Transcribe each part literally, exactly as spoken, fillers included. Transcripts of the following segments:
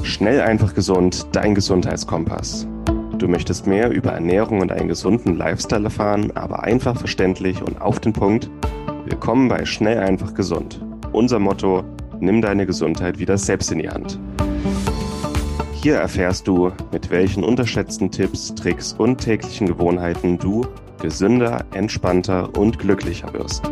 Schnell, einfach, gesund, dein Gesundheitskompass. Du möchtest mehr über Ernährung und einen gesunden Lifestyle erfahren, aber einfach verständlich und auf den Punkt? Willkommen bei Schnell, einfach, gesund. Unser Motto: Nimm deine Gesundheit wieder selbst in die Hand. Hier erfährst du, mit welchen unterschätzten Tipps, Tricks und täglichen Gewohnheiten du gesünder, entspannter und glücklicher wirst.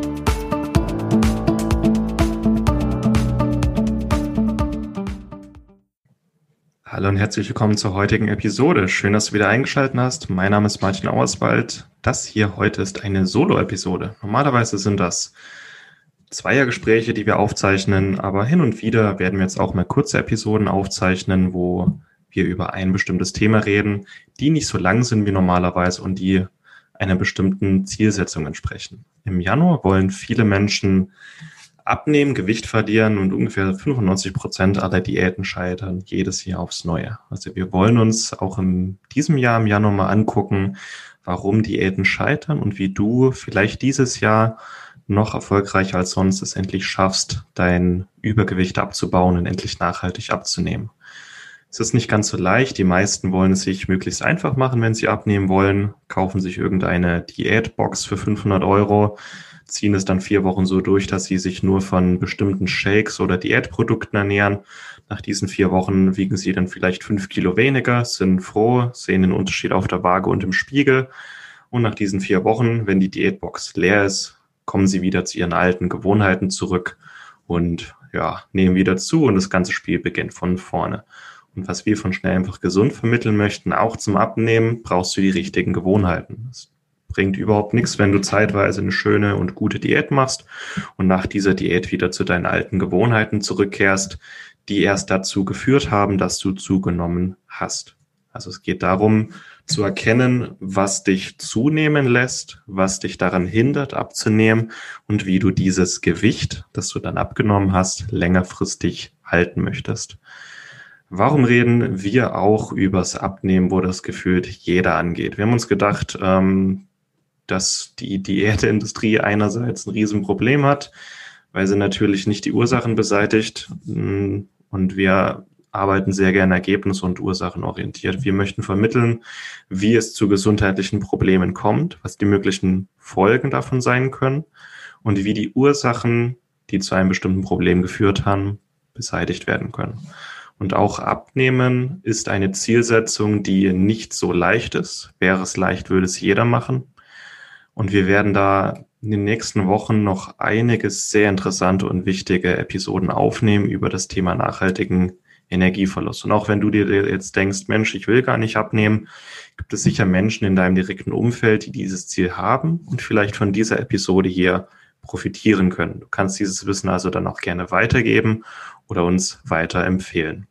Hallo und herzlich willkommen zur heutigen Episode. Schön, dass du wieder eingeschaltet hast. Mein Name ist Martin Auerswald. Das hier heute ist eine Solo-Episode. Normalerweise sind das Zweiergespräche, die wir aufzeichnen, aber hin und wieder werden wir jetzt auch mal kurze Episoden aufzeichnen, wo wir über ein bestimmtes Thema reden, die nicht so lang sind wie normalerweise und die einer bestimmten Zielsetzung entsprechen. Im Januar wollen viele Menschen abnehmen, Gewicht verlieren und ungefähr fünfundneunzig Prozent aller Diäten scheitern jedes Jahr aufs Neue. Also wir wollen uns auch in diesem Jahr im Januar mal angucken, warum Diäten scheitern und wie du vielleicht dieses Jahr noch erfolgreicher als sonst es endlich schaffst, dein Übergewicht abzubauen und endlich nachhaltig abzunehmen. Es ist nicht ganz so leicht. Die meisten wollen es sich möglichst einfach machen, wenn sie abnehmen wollen, kaufen sich irgendeine Diätbox für fünfhundert Euro, ziehen es dann vier Wochen so durch, dass sie sich nur von bestimmten Shakes oder Diätprodukten ernähren. Nach diesen vier Wochen wiegen sie dann vielleicht fünf Kilo weniger, sind froh, sehen den Unterschied auf der Waage und im Spiegel. Und nach diesen vier Wochen, wenn die Diätbox leer ist, kommen sie wieder zu ihren alten Gewohnheiten zurück und ja, nehmen wieder zu und das ganze Spiel beginnt von vorne. Und was wir von Schnell, einfach, gesund vermitteln möchten, auch zum Abnehmen, brauchst du die richtigen Gewohnheiten. Das bringt überhaupt nichts, wenn du zeitweise eine schöne und gute Diät machst und nach dieser Diät wieder zu deinen alten Gewohnheiten zurückkehrst, die erst dazu geführt haben, dass du zugenommen hast. Also es geht darum, zu erkennen, was dich zunehmen lässt, was dich daran hindert, abzunehmen und wie du dieses Gewicht, das du dann abgenommen hast, längerfristig halten möchtest. Warum reden wir auch übers Abnehmen, wo das gefühlt jeder angeht? Wir haben uns gedacht, ähm, dass die Diätindustrie einerseits ein Riesenproblem hat, weil sie natürlich nicht die Ursachen beseitigt, und wir arbeiten sehr gerne ergebnis- und ursachenorientiert. Wir möchten vermitteln, wie es zu gesundheitlichen Problemen kommt, was die möglichen Folgen davon sein können und wie die Ursachen, die zu einem bestimmten Problem geführt haben, beseitigt werden können. Und auch Abnehmen ist eine Zielsetzung, die nicht so leicht ist. Wäre es leicht, würde es jeder machen. Und wir werden da in den nächsten Wochen noch einige sehr interessante und wichtige Episoden aufnehmen über das Thema nachhaltigen Energieverlust. Und auch wenn du dir jetzt denkst, Mensch, ich will gar nicht abnehmen, gibt es sicher Menschen in deinem direkten Umfeld, die dieses Ziel haben und vielleicht von dieser Episode hier profitieren können. Du kannst dieses Wissen also dann auch gerne weitergeben oder uns weiterempfehlen.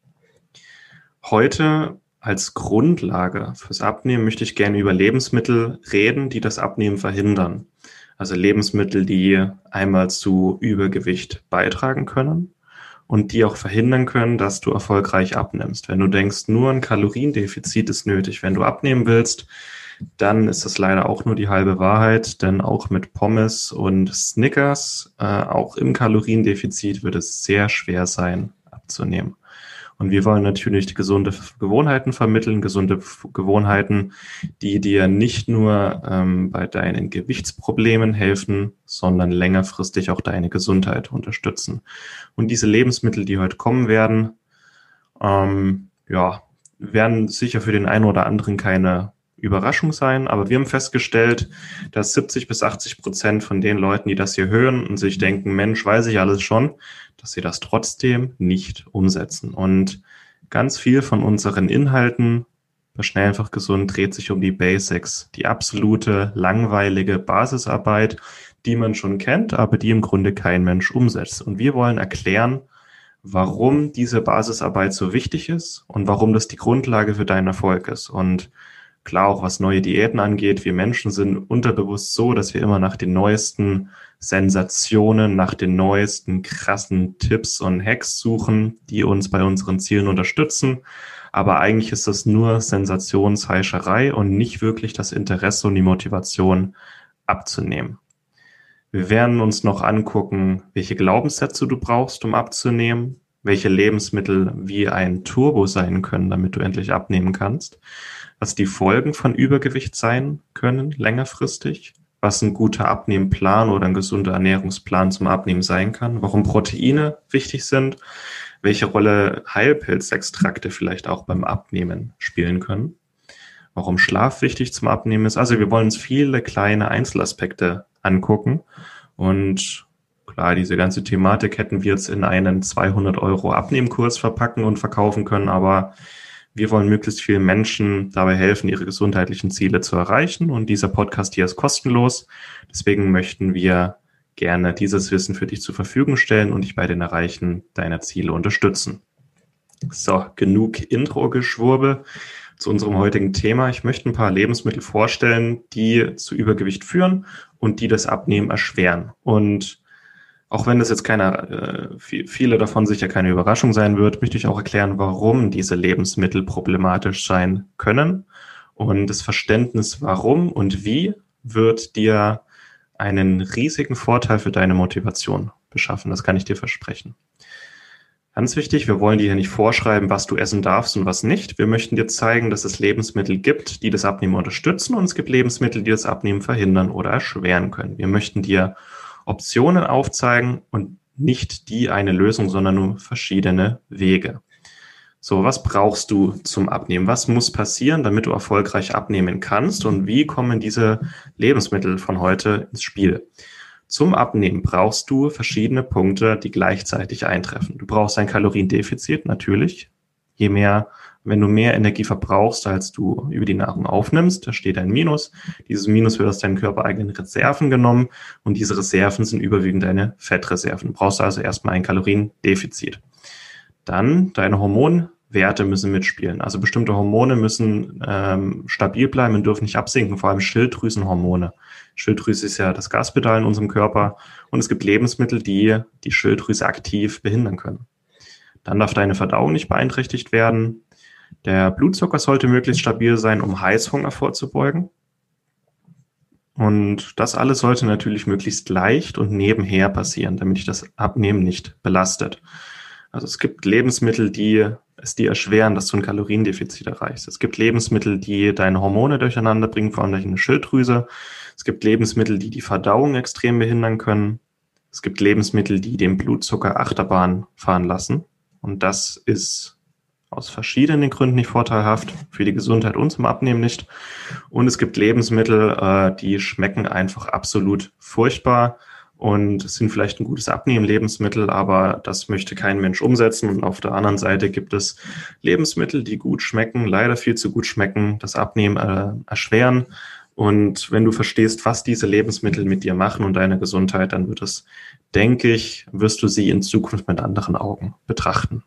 Heute als Grundlage fürs Abnehmen möchte ich gerne über Lebensmittel reden, die das Abnehmen verhindern. Also Lebensmittel, die einmal zu Übergewicht beitragen können und die auch verhindern können, dass du erfolgreich abnimmst. Wenn du denkst, nur ein Kaloriendefizit ist nötig, wenn du abnehmen willst, dann ist das leider auch nur die halbe Wahrheit, denn auch mit Pommes und Snickers, äh, auch im Kaloriendefizit wird es sehr schwer sein, abzunehmen. Und wir wollen natürlich gesunde Gewohnheiten vermitteln, gesunde Gewohnheiten, die dir nicht nur ähm, bei deinen Gewichtsproblemen helfen, sondern längerfristig auch deine Gesundheit unterstützen. Und diese Lebensmittel, die heute kommen werden, ähm, ja, werden sicher für den einen oder anderen keine Überraschung sein, aber wir haben festgestellt, dass siebzig bis achtzig Prozent von den Leuten, die das hier hören und sich denken, Mensch, weiß ich alles schon, dass sie das trotzdem nicht umsetzen. Und ganz viel von unseren Inhalten bei Schnell, einfach, gesund dreht sich um die Basics, die absolute langweilige Basisarbeit, die man schon kennt, aber die im Grunde kein Mensch umsetzt. Und wir wollen erklären, warum diese Basisarbeit so wichtig ist und warum das die Grundlage für deinen Erfolg ist. Und klar, auch was neue Diäten angeht, wir Menschen sind unterbewusst so, dass wir immer nach den neuesten Sensationen, nach den neuesten krassen Tipps und Hacks suchen, die uns bei unseren Zielen unterstützen. Aber eigentlich ist das nur Sensationsheischerei und nicht wirklich das Interesse und die Motivation abzunehmen. Wir werden uns noch angucken, welche Glaubenssätze du brauchst, um abzunehmen, welche Lebensmittel wie ein Turbo sein können, damit du endlich abnehmen kannst, was die Folgen von Übergewicht sein können, längerfristig, was ein guter Abnehmplan oder ein gesunder Ernährungsplan zum Abnehmen sein kann, warum Proteine wichtig sind, welche Rolle Heilpilzextrakte vielleicht auch beim Abnehmen spielen können, warum Schlaf wichtig zum Abnehmen ist. Also wir wollen uns viele kleine Einzelaspekte angucken und klar, diese ganze Thematik hätten wir jetzt in einen zweihundert Euro Abnehmkurs verpacken und verkaufen können, aber wir wollen möglichst vielen Menschen dabei helfen, ihre gesundheitlichen Ziele zu erreichen und dieser Podcast hier ist kostenlos. Deswegen möchten wir gerne dieses Wissen für dich zur Verfügung stellen und dich bei den Erreichen deiner Ziele unterstützen. So, genug Intro-Geschwurbel zu unserem heutigen Thema. Ich möchte ein paar Lebensmittel vorstellen, die zu Übergewicht führen und die das Abnehmen erschweren. Und auch wenn das jetzt keine, äh, viele davon sicher keine Überraschung sein wird, möchte ich auch erklären, warum diese Lebensmittel problematisch sein können. Und das Verständnis, warum und wie, wird dir einen riesigen Vorteil für deine Motivation beschaffen. Das kann ich dir versprechen. Ganz wichtig, wir wollen dir hier nicht vorschreiben, was du essen darfst und was nicht. Wir möchten dir zeigen, dass es Lebensmittel gibt, die das Abnehmen unterstützen und es gibt Lebensmittel, die das Abnehmen verhindern oder erschweren können. Wir möchten dir Optionen aufzeigen und nicht die eine Lösung, sondern nur verschiedene Wege. So, was brauchst du zum Abnehmen? Was muss passieren, damit du erfolgreich abnehmen kannst? Und wie kommen diese Lebensmittel von heute ins Spiel? Zum Abnehmen brauchst du verschiedene Punkte, die gleichzeitig eintreffen. Du brauchst ein Kaloriendefizit, natürlich. Je mehr, wenn du mehr Energie verbrauchst, als du über die Nahrung aufnimmst, da steht ein Minus. Dieses Minus wird aus deinen körpereigenen Reserven genommen und diese Reserven sind überwiegend deine Fettreserven. Du brauchst also erstmal ein Kaloriendefizit. Dann deine Hormonwerte müssen mitspielen. Also bestimmte Hormone müssen ähm, stabil bleiben und dürfen nicht absinken, vor allem Schilddrüsenhormone. Schilddrüse ist ja das Gaspedal in unserem Körper und es gibt Lebensmittel, die die Schilddrüse aktiv behindern können. Dann darf deine Verdauung nicht beeinträchtigt werden. Der Blutzucker sollte möglichst stabil sein, um Heißhunger vorzubeugen. Und das alles sollte natürlich möglichst leicht und nebenher passieren, damit dich das Abnehmen nicht belastet. Also es gibt Lebensmittel, die es dir erschweren, dass du ein Kaloriendefizit erreichst. Es gibt Lebensmittel, die deine Hormone durcheinander bringen, vor allem deine Schilddrüse. Es gibt Lebensmittel, die die Verdauung extrem behindern können. Es gibt Lebensmittel, die den Blutzucker Achterbahn fahren lassen. Und das ist aus verschiedenen Gründen nicht vorteilhaft, für die Gesundheit und zum Abnehmen nicht. Und es gibt Lebensmittel, äh, die schmecken einfach absolut furchtbar und sind vielleicht ein gutes Abnehmen-Lebensmittel, aber das möchte kein Mensch umsetzen. Und auf der anderen Seite gibt es Lebensmittel, die gut schmecken, leider viel zu gut schmecken, das Abnehmen äh, erschweren. Und wenn du verstehst, was diese Lebensmittel mit dir machen und deiner Gesundheit, dann wird es, denke ich, wirst du sie in Zukunft mit anderen Augen betrachten.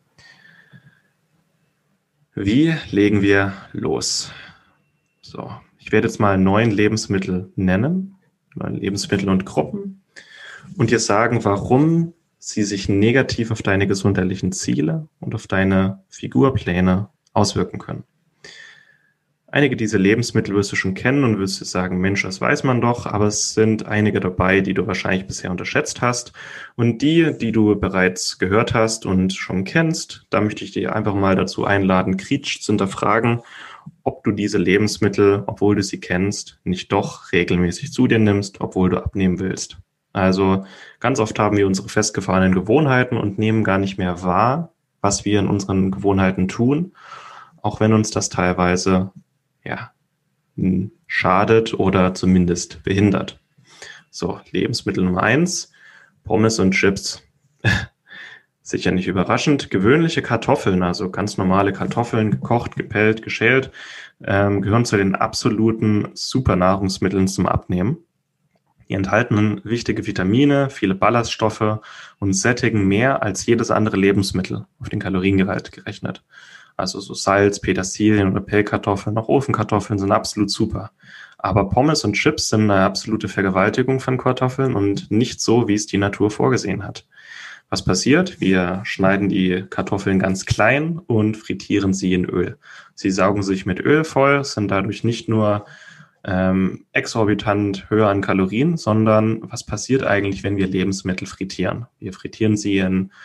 Wie legen wir los? So, ich werde jetzt mal neun Lebensmittel nennen, neun Lebensmittel und Gruppen und dir sagen, warum sie sich negativ auf deine gesundheitlichen Ziele und auf deine Figurpläne auswirken können. Einige dieser Lebensmittel wirst du schon kennen und wirst du sagen, Mensch, das weiß man doch, aber es sind einige dabei, die du wahrscheinlich bisher unterschätzt hast. Und die, die du bereits gehört hast und schon kennst, da möchte ich dich einfach mal dazu einladen, kritisch zu hinterfragen, ob du diese Lebensmittel, obwohl du sie kennst, nicht doch regelmäßig zu dir nimmst, obwohl du abnehmen willst. Also ganz oft haben wir unsere festgefahrenen Gewohnheiten und nehmen gar nicht mehr wahr, was wir in unseren Gewohnheiten tun, auch wenn uns das teilweise ja, schadet oder zumindest behindert. So, Lebensmittel Nummer eins, Pommes und Chips. Sicher nicht überraschend. Gewöhnliche Kartoffeln, also ganz normale Kartoffeln, gekocht, gepellt, geschält, ähm, gehören zu den absoluten Supernahrungsmitteln zum Abnehmen. Die enthalten wichtige Vitamine, viele Ballaststoffe und sättigen mehr als jedes andere Lebensmittel auf den Kaloriengehalt gerechnet. Also so Salz, Petersilien oder Pellkartoffeln, auch Ofenkartoffeln sind absolut super. Aber Pommes und Chips sind eine absolute Vergewaltigung von Kartoffeln und nicht so, wie es die Natur vorgesehen hat. Was passiert? Wir schneiden die Kartoffeln ganz klein und frittieren sie in Öl. Sie saugen sich mit Öl voll, sind dadurch nicht nur ähm, exorbitant höher an Kalorien, sondern was passiert eigentlich, wenn wir Lebensmittel frittieren? Wir frittieren sie in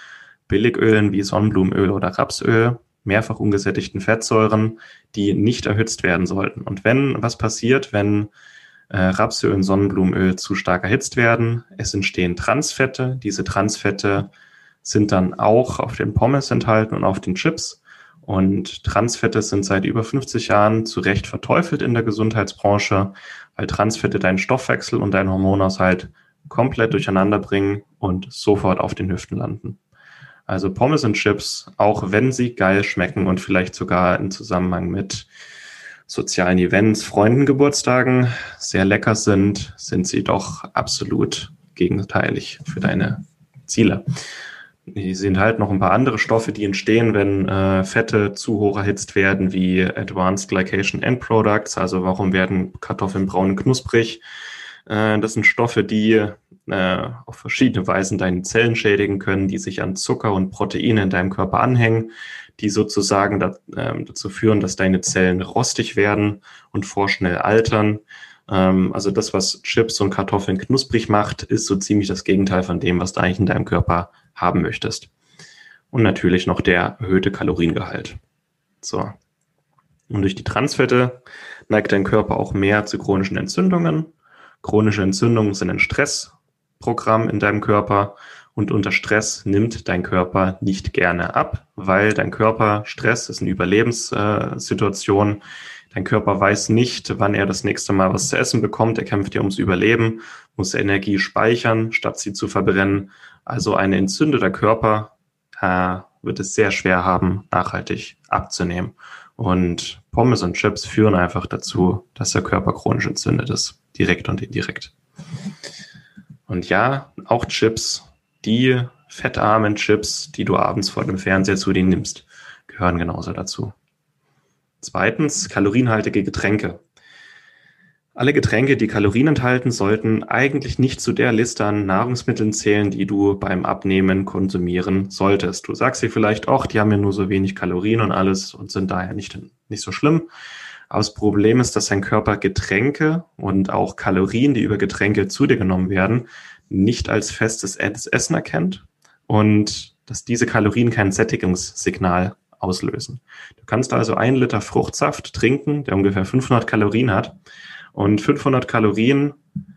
Billigölen wie Sonnenblumenöl oder Rapsöl, mehrfach ungesättigten Fettsäuren, die nicht erhitzt werden sollten. Und wenn was passiert, wenn äh, Rapsöl und Sonnenblumenöl zu stark erhitzt werden, es entstehen Transfette. Diese Transfette sind dann auch auf den Pommes enthalten und auf den Chips. Und Transfette sind seit über fünfzig Jahren zu Recht verteufelt in der Gesundheitsbranche, weil Transfette deinen Stoffwechsel und deinen Hormonhaushalt komplett durcheinander bringen und sofort auf den Hüften landen. Also Pommes und Chips, auch wenn sie geil schmecken und vielleicht sogar im Zusammenhang mit sozialen Events, Freundengeburtstagen sehr lecker sind, sind sie doch absolut gegenteilig für deine Ziele. Die sind halt noch ein paar andere Stoffe, die entstehen, wenn äh, Fette zu hoch erhitzt werden, wie Advanced Glycation End Products. Also warum werden Kartoffeln braun und knusprig? Äh, das sind Stoffe, die äh, auf verschiedene Weisen deine Zellen schädigen können, die sich an Zucker und Proteine in deinem Körper anhängen, die sozusagen da, äh, dazu führen, dass deine Zellen rostig werden und vorschnell altern. Ähm, also das, was Chips und Kartoffeln knusprig macht, ist so ziemlich das Gegenteil von dem, was du eigentlich in deinem Körper haben möchtest. Und natürlich noch der erhöhte Kaloriengehalt. So. Und durch die Transfette neigt dein Körper auch mehr zu chronischen Entzündungen. Chronische Entzündungen sind ein Stressprogramm in deinem Körper und unter Stress nimmt dein Körper nicht gerne ab, weil dein Körper, Stress ist eine Überlebenssituation. Dein Körper weiß nicht, wann er das nächste Mal was zu essen bekommt. Er kämpft ja ums Überleben, muss Energie speichern, statt sie zu verbrennen. Also ein entzündeter Körper äh, wird es sehr schwer haben, nachhaltig abzunehmen. Und Pommes und Chips führen einfach dazu, dass der Körper chronisch entzündet ist, direkt und indirekt. Und ja, auch Chips, die fettarmen Chips, die du abends vor dem Fernseher zu dir nimmst, gehören genauso dazu. Zweitens, kalorienhaltige Getränke. Alle Getränke, die Kalorien enthalten, sollten eigentlich nicht zu der Liste an Nahrungsmitteln zählen, die du beim Abnehmen konsumieren solltest. Du sagst dir vielleicht, ach, die haben ja nur so wenig Kalorien und alles und sind daher nicht, nicht so schlimm. Aber das Problem ist, dass dein Körper Getränke und auch Kalorien, die über Getränke zu dir genommen werden, nicht als festes Essen erkennt und dass diese Kalorien kein Sättigungssignal auslösen. Du kannst also einen Liter Fruchtsaft trinken, der ungefähr fünfhundert Kalorien hat. Und fünfhundert Kalorien,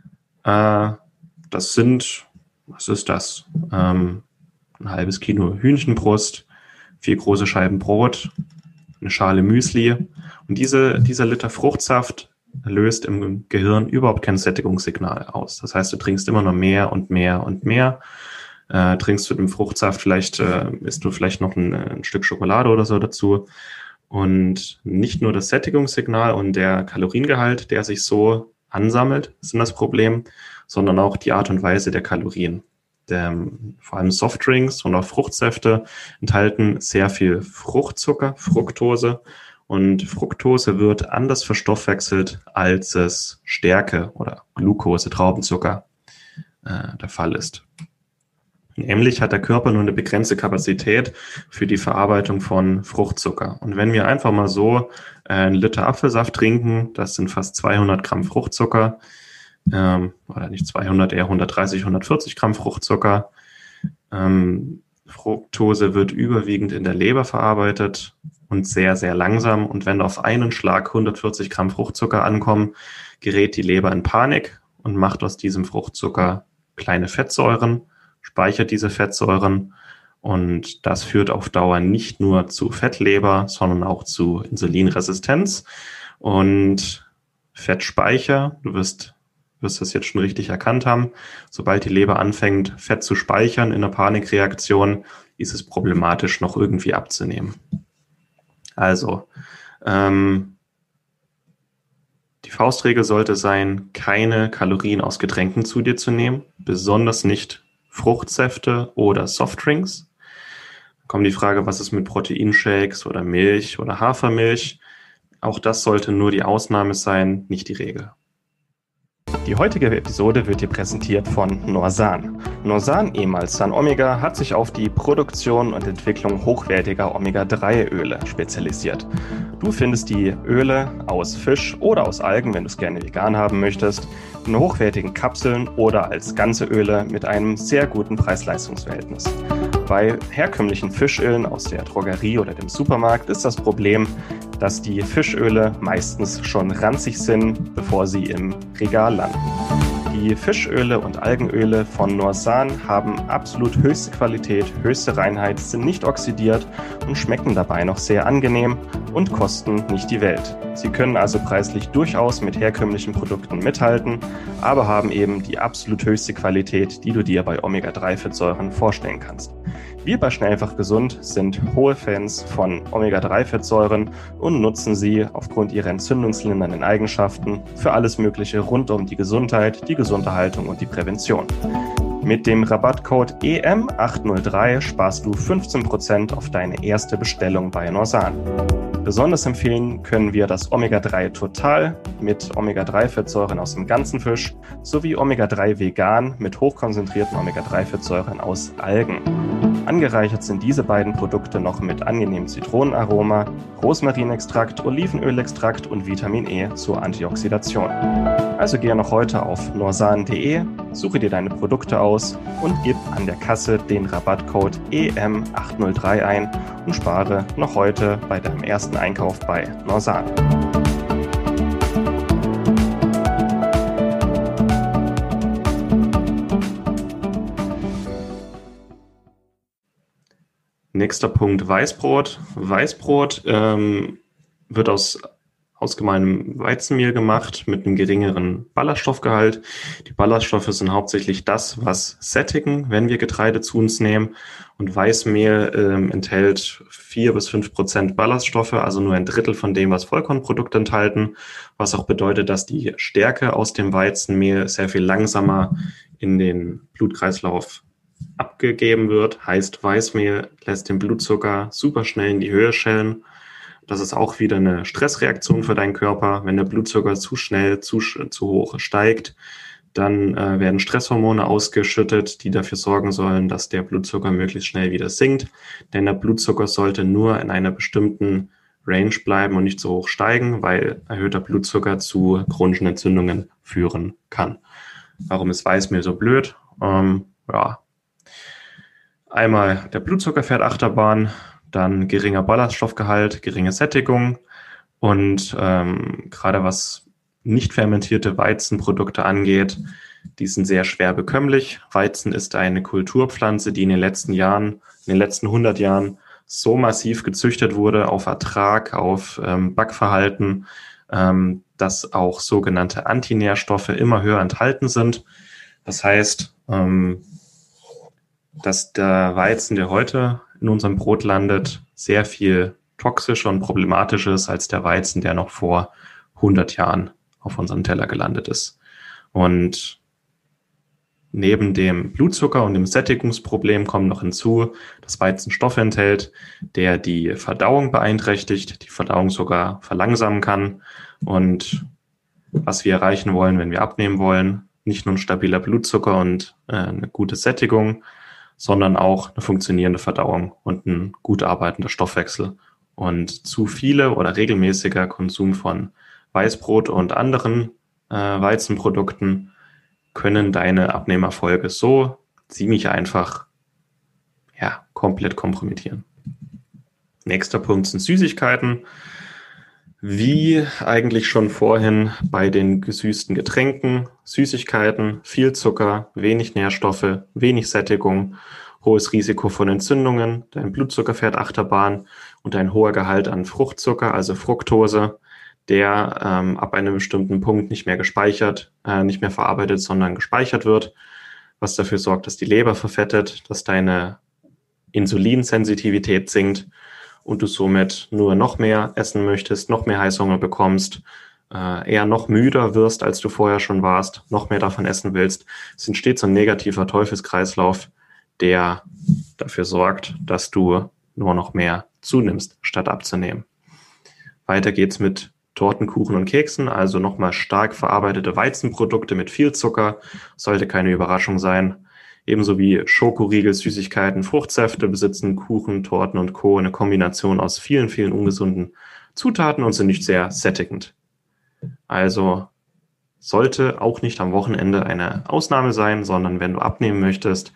äh, das sind, was ist das? Ähm, ein halbes Kilo Hühnchenbrust, vier große Scheiben Brot, eine Schale Müsli. Und diese, dieser Liter Fruchtsaft löst im Gehirn überhaupt kein Sättigungssignal aus. Das heißt, du trinkst immer noch mehr und mehr und mehr. Äh, trinkst du den Fruchtsaft, vielleicht äh, isst du vielleicht noch ein, ein Stück Schokolade oder so dazu. Und nicht nur das Sättigungssignal und der Kaloriengehalt, der sich so ansammelt, sind das Problem, sondern auch die Art und Weise der Kalorien. Der, vor allem Softdrinks und auch Fruchtsäfte enthalten sehr viel Fruchtzucker, Fructose. Und Fructose wird anders verstoffwechselt, als es Stärke oder Glucose, Traubenzucker, äh, der Fall ist. Nämlich hat der Körper nur eine begrenzte Kapazität für die Verarbeitung von Fruchtzucker. Und wenn wir einfach mal so einen Liter Apfelsaft trinken, das sind fast zweihundert Gramm Fruchtzucker, ähm, oder nicht zweihundert, eher hundertdreißig, hundertvierzig Gramm Fruchtzucker. Ähm, Fructose wird überwiegend in der Leber verarbeitet und sehr, sehr langsam. Und wenn auf einen Schlag hundertvierzig Gramm Fruchtzucker ankommen, gerät die Leber in Panik und macht aus diesem Fruchtzucker kleine Fettsäuren, speichert diese Fettsäuren und das führt auf Dauer nicht nur zu Fettleber, sondern auch zu Insulinresistenz und Fettspeicher. Du wirst, wirst das jetzt schon richtig erkannt haben. Sobald die Leber anfängt, Fett zu speichern in einer Panikreaktion, ist es problematisch, noch irgendwie abzunehmen. Also, ähm, die Faustregel sollte sein, keine Kalorien aus Getränken zu dir zu nehmen, besonders nicht Fruchtsäfte oder Softdrinks. Dann kommt die Frage, was ist mit Proteinshakes oder Milch oder Hafermilch? Auch das sollte nur die Ausnahme sein, nicht die Regel. Die heutige Episode wird dir präsentiert von Norsan. Norsan, ehemals San Omega, hat sich auf die Produktion und Entwicklung hochwertiger Omega drei Öle spezialisiert. Du findest die Öle aus Fisch oder aus Algen, wenn du es gerne vegan haben möchtest, in hochwertigen Kapseln oder als ganze Öle mit einem sehr guten Preis-Leistungs-Verhältnis. Bei herkömmlichen Fischölen aus der Drogerie oder dem Supermarkt ist das Problem, dass die Fischöle meistens schon ranzig sind, bevor sie im Regal landen. Die Fischöle und Algenöle von Norsan haben absolut höchste Qualität, höchste Reinheit, sind nicht oxidiert und schmecken dabei noch sehr angenehm und kosten nicht die Welt. Sie können also preislich durchaus mit herkömmlichen Produkten mithalten, aber haben eben die absolut höchste Qualität, die du dir bei Omega drei Fettsäuren vorstellen kannst. Wir bei Schnellfach Gesund sind hohe Fans von Omega drei Fettsäuren und nutzen sie aufgrund ihrer entzündungslindernden Eigenschaften für alles Mögliche rund um die Gesundheit, die gesunde Haltung und die Prävention. Mit dem Rabattcode E M acht null drei sparst du fünfzehn Prozent auf deine erste Bestellung bei Norsan. Besonders empfehlen können wir das Omega drei Total mit Omega drei Fettsäuren aus dem ganzen Fisch sowie Omega drei Vegan mit hochkonzentrierten Omega drei Fettsäuren aus Algen. Angereichert sind diese beiden Produkte noch mit angenehmem Zitronenaroma, Rosmarinextrakt, Olivenölextrakt und Vitamin E zur Antioxidation. Also gehe noch heute auf norsan punkt de, suche dir deine Produkte aus und gib an der Kasse den Rabattcode E M acht null drei ein und spare noch heute bei deinem ersten Einkauf bei Norsan. Nächster Punkt, Weißbrot. Weißbrot ähm, wird aus ausgemahlenem Weizenmehl gemacht mit einem geringeren Ballaststoffgehalt. Die Ballaststoffe sind hauptsächlich das, was sättigen, wenn wir Getreide zu uns nehmen. Und Weißmehl ähm, enthält vier bis fünf Prozent Ballaststoffe, also nur ein Drittel von dem, was Vollkornprodukte enthalten, was auch bedeutet, dass die Stärke aus dem Weizenmehl sehr viel langsamer in den Blutkreislauf abgegeben wird. Heißt, Weißmehl lässt den Blutzucker super schnell in die Höhe schellen. Das ist auch wieder eine Stressreaktion für deinen Körper. Wenn der Blutzucker zu schnell, zu, zu hoch steigt, dann äh, werden Stresshormone ausgeschüttet, die dafür sorgen sollen, dass der Blutzucker möglichst schnell wieder sinkt. Denn der Blutzucker sollte nur in einer bestimmten Range bleiben und nicht so hoch steigen, weil erhöhter Blutzucker zu chronischen Entzündungen führen kann. Warum ist Weißmehl so blöd? Ähm, ja, einmal der Blutzucker fährt Achterbahn, dann geringer Ballaststoffgehalt, geringe Sättigung und ähm, gerade was nicht fermentierte Weizenprodukte angeht, die sind sehr schwer bekömmlich. Weizen ist eine Kulturpflanze, die in den letzten Jahren, in den letzten hundert Jahren so massiv gezüchtet wurde auf Ertrag, auf ähm, Backverhalten, ähm, dass auch sogenannte Antinährstoffe immer höher enthalten sind. Das heißt, ähm, dass der Weizen, der heute in unserem Brot landet, sehr viel toxischer und problematischer ist als der Weizen, der noch vor hundert Jahren auf unserem Teller gelandet ist. Und neben dem Blutzucker und dem Sättigungsproblem kommt noch hinzu, dass Weizen Stoffe enthält, der die Verdauung beeinträchtigt, die Verdauung sogar verlangsamen kann. Und was wir erreichen wollen, wenn wir abnehmen wollen, nicht nur ein stabiler Blutzucker und äh, eine gute Sättigung, sondern auch eine funktionierende Verdauung und ein gut arbeitender Stoffwechsel. Und zu viele oder regelmäßiger Konsum von Weißbrot und anderen äh, Weizenprodukten können deine Abnehmerfolge so ziemlich einfach ja, komplett kompromittieren. Nächster Punkt sind Süßigkeiten. Wie eigentlich schon vorhin bei den gesüßten Getränken, Süßigkeiten, viel Zucker, wenig Nährstoffe, wenig Sättigung, hohes Risiko von Entzündungen, dein Blutzucker fährt Achterbahn und ein hoher Gehalt an Fruchtzucker, also Fructose, der ähm, ab einem bestimmten Punkt nicht mehr gespeichert, äh, nicht mehr verarbeitet, sondern gespeichert wird, was dafür sorgt, dass die Leber verfettet, dass deine Insulinsensitivität sinkt und du somit nur noch mehr essen möchtest, noch mehr Heißhunger bekommst, äh, eher noch müder wirst, als du vorher schon warst, noch mehr davon essen willst. Es entsteht so ein negativer Teufelskreislauf, der dafür sorgt, dass du nur noch mehr zunimmst, statt abzunehmen. Weiter geht's mit Torten, Kuchen und Keksen, also nochmal stark verarbeitete Weizenprodukte mit viel Zucker, sollte keine Überraschung sein. Ebenso wie Schokoriegel, Süßigkeiten, Fruchtsäfte besitzen Kuchen, Torten und Co. eine Kombination aus vielen, vielen ungesunden Zutaten und sind nicht sehr sättigend. Also sollte auch nicht am Wochenende eine Ausnahme sein, sondern wenn du abnehmen möchtest,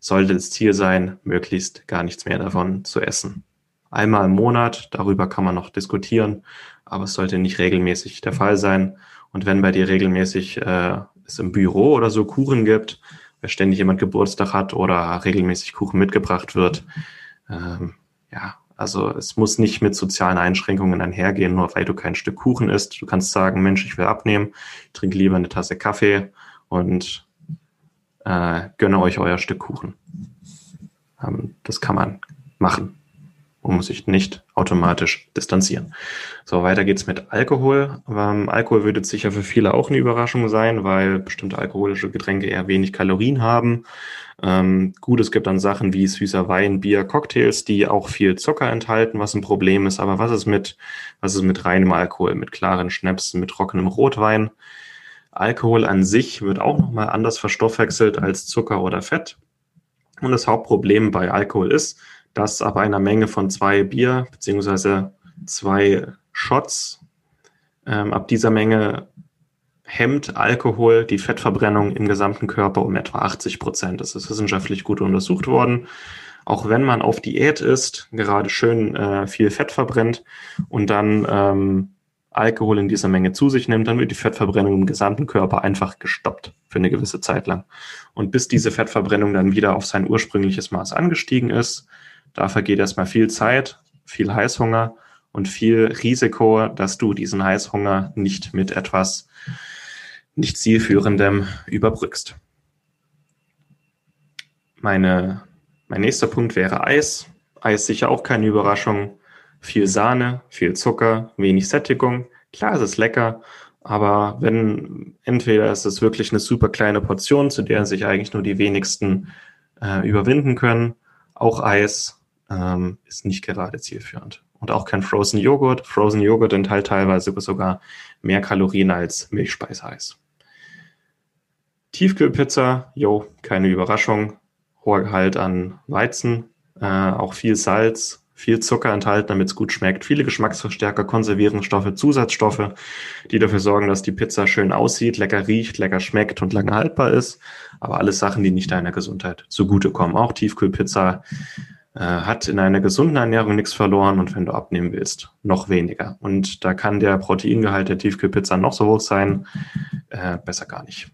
sollte das Ziel sein, möglichst gar nichts mehr davon zu essen. Einmal im Monat, darüber kann man noch diskutieren, aber es sollte nicht regelmäßig der Fall sein. Und wenn bei dir regelmäßig äh, es im Büro oder so Kuchen gibt, wenn ständig jemand Geburtstag hat oder regelmäßig Kuchen mitgebracht wird, ähm, ja, also es muss nicht mit sozialen Einschränkungen einhergehen, nur weil du kein Stück Kuchen isst. Du kannst sagen, Mensch, ich will abnehmen, trinke lieber eine Tasse Kaffee und äh, gönne euch euer Stück Kuchen. Ähm, das kann man machen und muss sich nicht automatisch distanzieren. So, weiter geht's mit Alkohol. Ähm, Alkohol würde sicher für viele auch eine Überraschung sein, weil bestimmte alkoholische Getränke eher wenig Kalorien haben. Ähm, gut, es gibt dann Sachen wie süßer Wein, Bier, Cocktails, die auch viel Zucker enthalten, was ein Problem ist. Aber was ist mit, was ist mit reinem Alkohol, mit klaren Schnäpsen, mit trockenem Rotwein? Alkohol an sich wird auch nochmal anders verstoffwechselt als Zucker oder Fett. Und das Hauptproblem bei Alkohol ist, dass ab einer Menge von zwei Bier beziehungsweise zwei Shots, ähm, ab dieser Menge hemmt Alkohol die Fettverbrennung im gesamten Körper um etwa achtzig Prozent. Das ist wissenschaftlich gut untersucht worden. Auch wenn man auf Diät ist, gerade schön äh, viel Fett verbrennt und dann ähm, Alkohol in dieser Menge zu sich nimmt, dann wird die Fettverbrennung im gesamten Körper einfach gestoppt für eine gewisse Zeit lang. Und bis diese Fettverbrennung dann wieder auf sein ursprüngliches Maß angestiegen ist, da vergeht erstmal viel Zeit, viel Heißhunger und viel Risiko, dass du diesen Heißhunger nicht mit etwas nicht zielführendem überbrückst. Meine, mein nächster Punkt wäre Eis. Eis sicher auch keine Überraschung. Viel Sahne, viel Zucker, wenig Sättigung. Klar, es ist lecker, aber wenn entweder ist es wirklich eine super kleine Portion, zu der sich eigentlich nur die wenigsten äh, überwinden können. Auch Eis ähm, ist nicht gerade zielführend. Und auch kein Frozen Joghurt. Frozen Joghurt enthält teilweise sogar mehr Kalorien als Milchspeiseeis. Tiefkühlpizza, jo, keine Überraschung. Hoher Gehalt an Weizen, äh, auch viel Salz, viel Zucker enthalten, damit es gut schmeckt. Viele Geschmacksverstärker, Konservierungsstoffe, Zusatzstoffe, die dafür sorgen, dass die Pizza schön aussieht, lecker riecht, lecker schmeckt und lange haltbar ist. Aber alles Sachen, die nicht deiner Gesundheit zugutekommen. Auch Tiefkühlpizza äh, hat in einer gesunden Ernährung nichts verloren und wenn du abnehmen willst, noch weniger. Und da kann der Proteingehalt der Tiefkühlpizza noch so hoch sein, äh, besser gar nicht.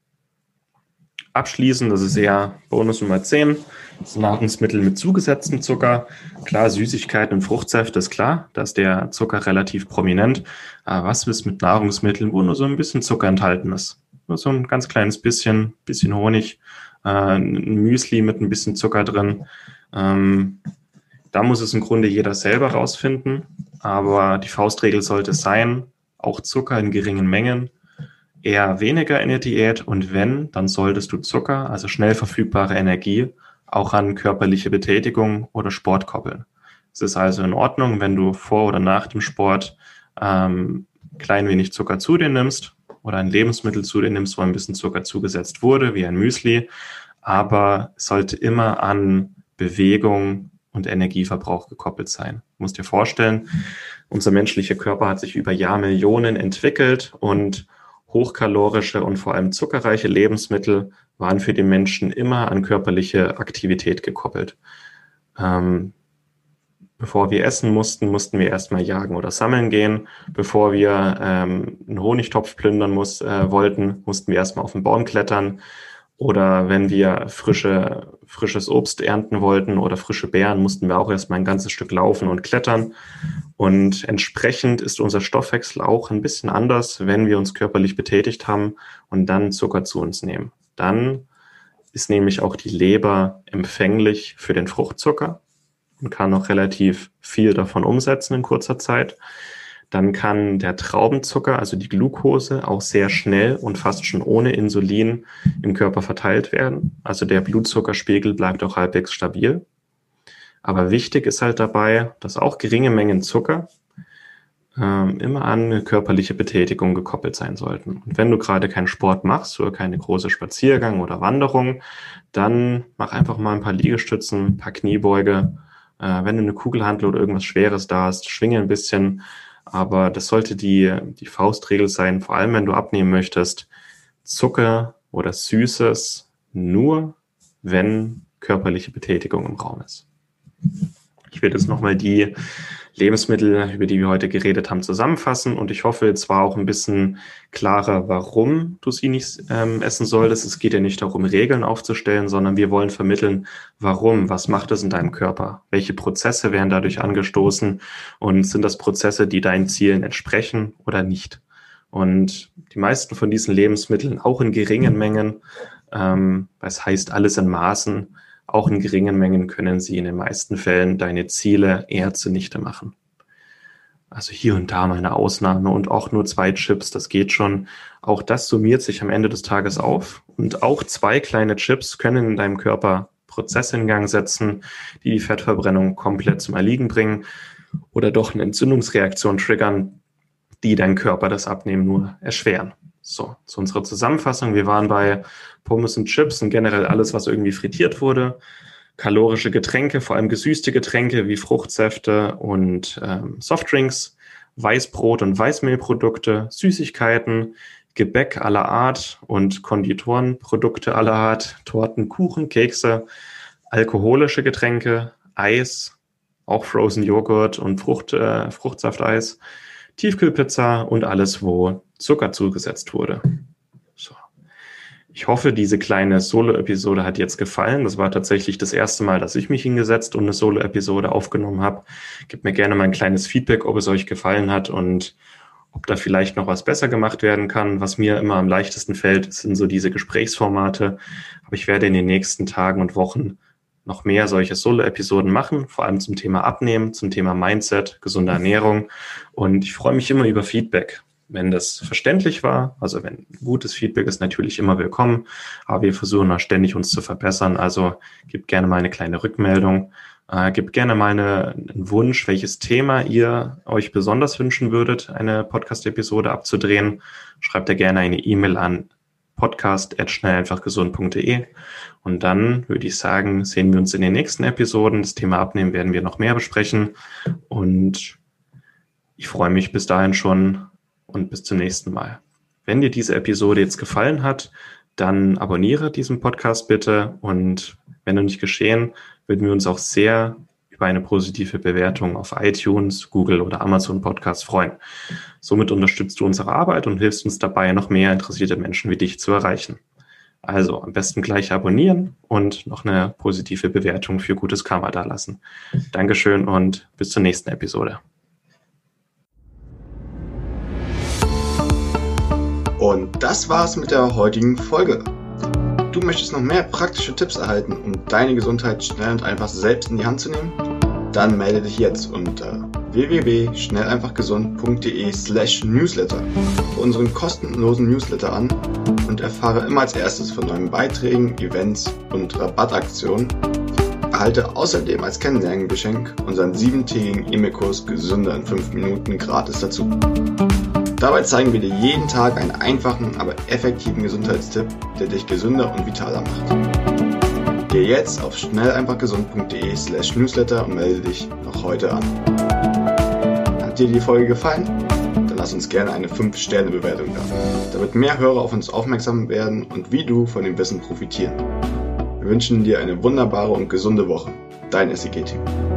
Abschließend, das ist eher Bonus Nummer zehn, das Nahrungsmittel mit zugesetztem Zucker. Klar, Süßigkeiten und Fruchtsäfte ist klar, da ist der Zucker relativ prominent. Aber was ist mit Nahrungsmitteln, wo nur so ein bisschen Zucker enthalten ist? Nur so ein ganz kleines bisschen, bisschen Honig, äh, ein Müsli mit ein bisschen Zucker drin. Ähm, da muss es im Grunde jeder selber rausfinden. Aber die Faustregel sollte sein, auch Zucker in geringen Mengen, eher weniger in der Diät und wenn, dann solltest du Zucker, also schnell verfügbare Energie, auch an körperliche Betätigung oder Sport koppeln. Es ist also in Ordnung, wenn du vor oder nach dem Sport ähm, klein wenig Zucker zu dir nimmst oder ein Lebensmittel zu dir nimmst, wo ein bisschen Zucker zugesetzt wurde, wie ein Müsli, aber es sollte immer an Bewegung und Energieverbrauch gekoppelt sein. Du musst dir vorstellen, unser menschlicher Körper hat sich über Jahrmillionen entwickelt und hochkalorische und vor allem zuckerreiche Lebensmittel waren für die Menschen immer an körperliche Aktivität gekoppelt. Ähm, bevor wir essen mussten, mussten wir erstmal jagen oder sammeln gehen. Bevor wir ähm, einen Honigtopf plündern muss, äh, wollten, mussten wir erstmal auf den Baum klettern. Oder wenn wir frische, frisches Obst ernten wollten oder frische Beeren, mussten wir auch erstmal ein ganzes Stück laufen und klettern. Und entsprechend ist unser Stoffwechsel auch ein bisschen anders, wenn wir uns körperlich betätigt haben und dann Zucker zu uns nehmen. Dann ist nämlich auch die Leber empfänglich für den Fruchtzucker und kann auch relativ viel davon umsetzen in kurzer Zeit. Dann kann der Traubenzucker, also die Glucose, auch sehr schnell und fast schon ohne Insulin im Körper verteilt werden. Also der Blutzuckerspiegel bleibt auch halbwegs stabil. Aber wichtig ist halt dabei, dass auch geringe Mengen Zucker ähm, immer an eine körperliche Betätigung gekoppelt sein sollten. Und wenn du gerade keinen Sport machst oder keine große Spaziergang oder Wanderung, dann mach einfach mal ein paar Liegestützen, ein paar Kniebeuge. Äh, wenn du eine Kugelhantel oder irgendwas Schweres da hast, schwinge ein bisschen. Aber das sollte die, die Faustregel sein, vor allem wenn du abnehmen möchtest. Zucker oder Süßes nur, wenn körperliche Betätigung im Raum ist. Ich werde jetzt nochmal die Lebensmittel, über die wir heute geredet haben, zusammenfassen und ich hoffe, jetzt war auch ein bisschen klarer, warum du sie nicht ähm, essen solltest. Es geht ja nicht darum, Regeln aufzustellen, sondern wir wollen vermitteln, warum, was macht es in deinem Körper, welche Prozesse werden dadurch angestoßen und sind das Prozesse, die deinen Zielen entsprechen oder nicht. Und die meisten von diesen Lebensmitteln, auch in geringen Mengen, ähm, das heißt alles in Maßen, auch in geringen Mengen können sie in den meisten Fällen deine Ziele eher zunichte machen. Also hier und da mal eine Ausnahme und auch nur zwei Chips, das geht schon. Auch das summiert sich am Ende des Tages auf. Und auch zwei kleine Chips können in deinem Körper Prozesse in Gang setzen, die die Fettverbrennung komplett zum Erliegen bringen oder doch eine Entzündungsreaktion triggern, die deinen Körper das Abnehmen nur erschweren. So, zu unserer Zusammenfassung. Wir waren bei Pommes und Chips und generell alles, was irgendwie frittiert wurde. Kalorische Getränke, vor allem gesüßte Getränke wie Fruchtsäfte und ähm, Softdrinks, Weißbrot und Weißmehlprodukte, Süßigkeiten, Gebäck aller Art und Konditorenprodukte aller Art, Torten, Kuchen, Kekse, alkoholische Getränke, Eis, auch Frozen Joghurt und Frucht, äh, Fruchtsafteis, Tiefkühlpizza und alles, wo Zucker zugesetzt wurde. So. Ich hoffe, diese kleine Solo-Episode hat jetzt gefallen. Das war tatsächlich das erste Mal, dass ich mich hingesetzt und eine Solo-Episode aufgenommen habe. Gebt mir gerne mal ein kleines Feedback, ob es euch gefallen hat und ob da vielleicht noch was besser gemacht werden kann. Was mir immer am leichtesten fällt, sind so diese Gesprächsformate. Aber ich werde in den nächsten Tagen und Wochen noch mehr solche Solo-Episoden machen, vor allem zum Thema Abnehmen, zum Thema Mindset, gesunde Ernährung. Und ich freue mich immer über Feedback. Wenn das verständlich war, also wenn gutes Feedback ist natürlich immer willkommen, aber wir versuchen auch ständig uns zu verbessern. Also gebt gerne mal eine kleine Rückmeldung, äh, gebt gerne mal eine, einen Wunsch, welches Thema ihr euch besonders wünschen würdet, eine Podcast-Episode abzudrehen. Schreibt da gerne eine E-Mail an podcast at schnell einfach gesund punkt de und dann würde ich sagen, sehen wir uns in den nächsten Episoden. Das Thema Abnehmen werden wir noch mehr besprechen und ich freue mich bis dahin schon und bis zum nächsten Mal. Wenn dir diese Episode jetzt gefallen hat, dann abonniere diesen Podcast bitte und wenn noch nicht geschehen, würden wir uns auch sehr über eine positive Bewertung auf iTunes, Google oder Amazon Podcast freuen. Somit unterstützt du unsere Arbeit und hilfst uns dabei, noch mehr interessierte Menschen wie dich zu erreichen. Also am besten gleich abonnieren und noch eine positive Bewertung für gutes Karma dalassen. Dankeschön und bis zur nächsten Episode. Und das war's mit der heutigen Folge. Du möchtest noch mehr praktische Tipps erhalten, um deine Gesundheit schnell und einfach selbst in die Hand zu nehmen? Dann melde dich jetzt unter w w w punkt schnell einfach gesund punkt de slash newsletter für unseren kostenlosen Newsletter an und erfahre immer als erstes von neuen Beiträgen, Events und Rabattaktionen. Erhalte außerdem als Kennenlerngeschenk unseren siebentägigen E-Mail-Kurs Gesünder in fünf Minuten gratis dazu. Dabei zeigen wir dir jeden Tag einen einfachen, aber effektiven Gesundheitstipp, der dich gesünder und vitaler macht. Geh jetzt auf schnell einfach gesund punkt de slash newsletter und melde dich noch heute an. Hat dir die Folge gefallen? Dann lass uns gerne eine fünf Sterne Bewertung da, damit mehr Hörer auf uns aufmerksam werden und wie du von dem Wissen profitieren. Wir wünschen dir eine wunderbare und gesunde Woche. Dein S I G-Team.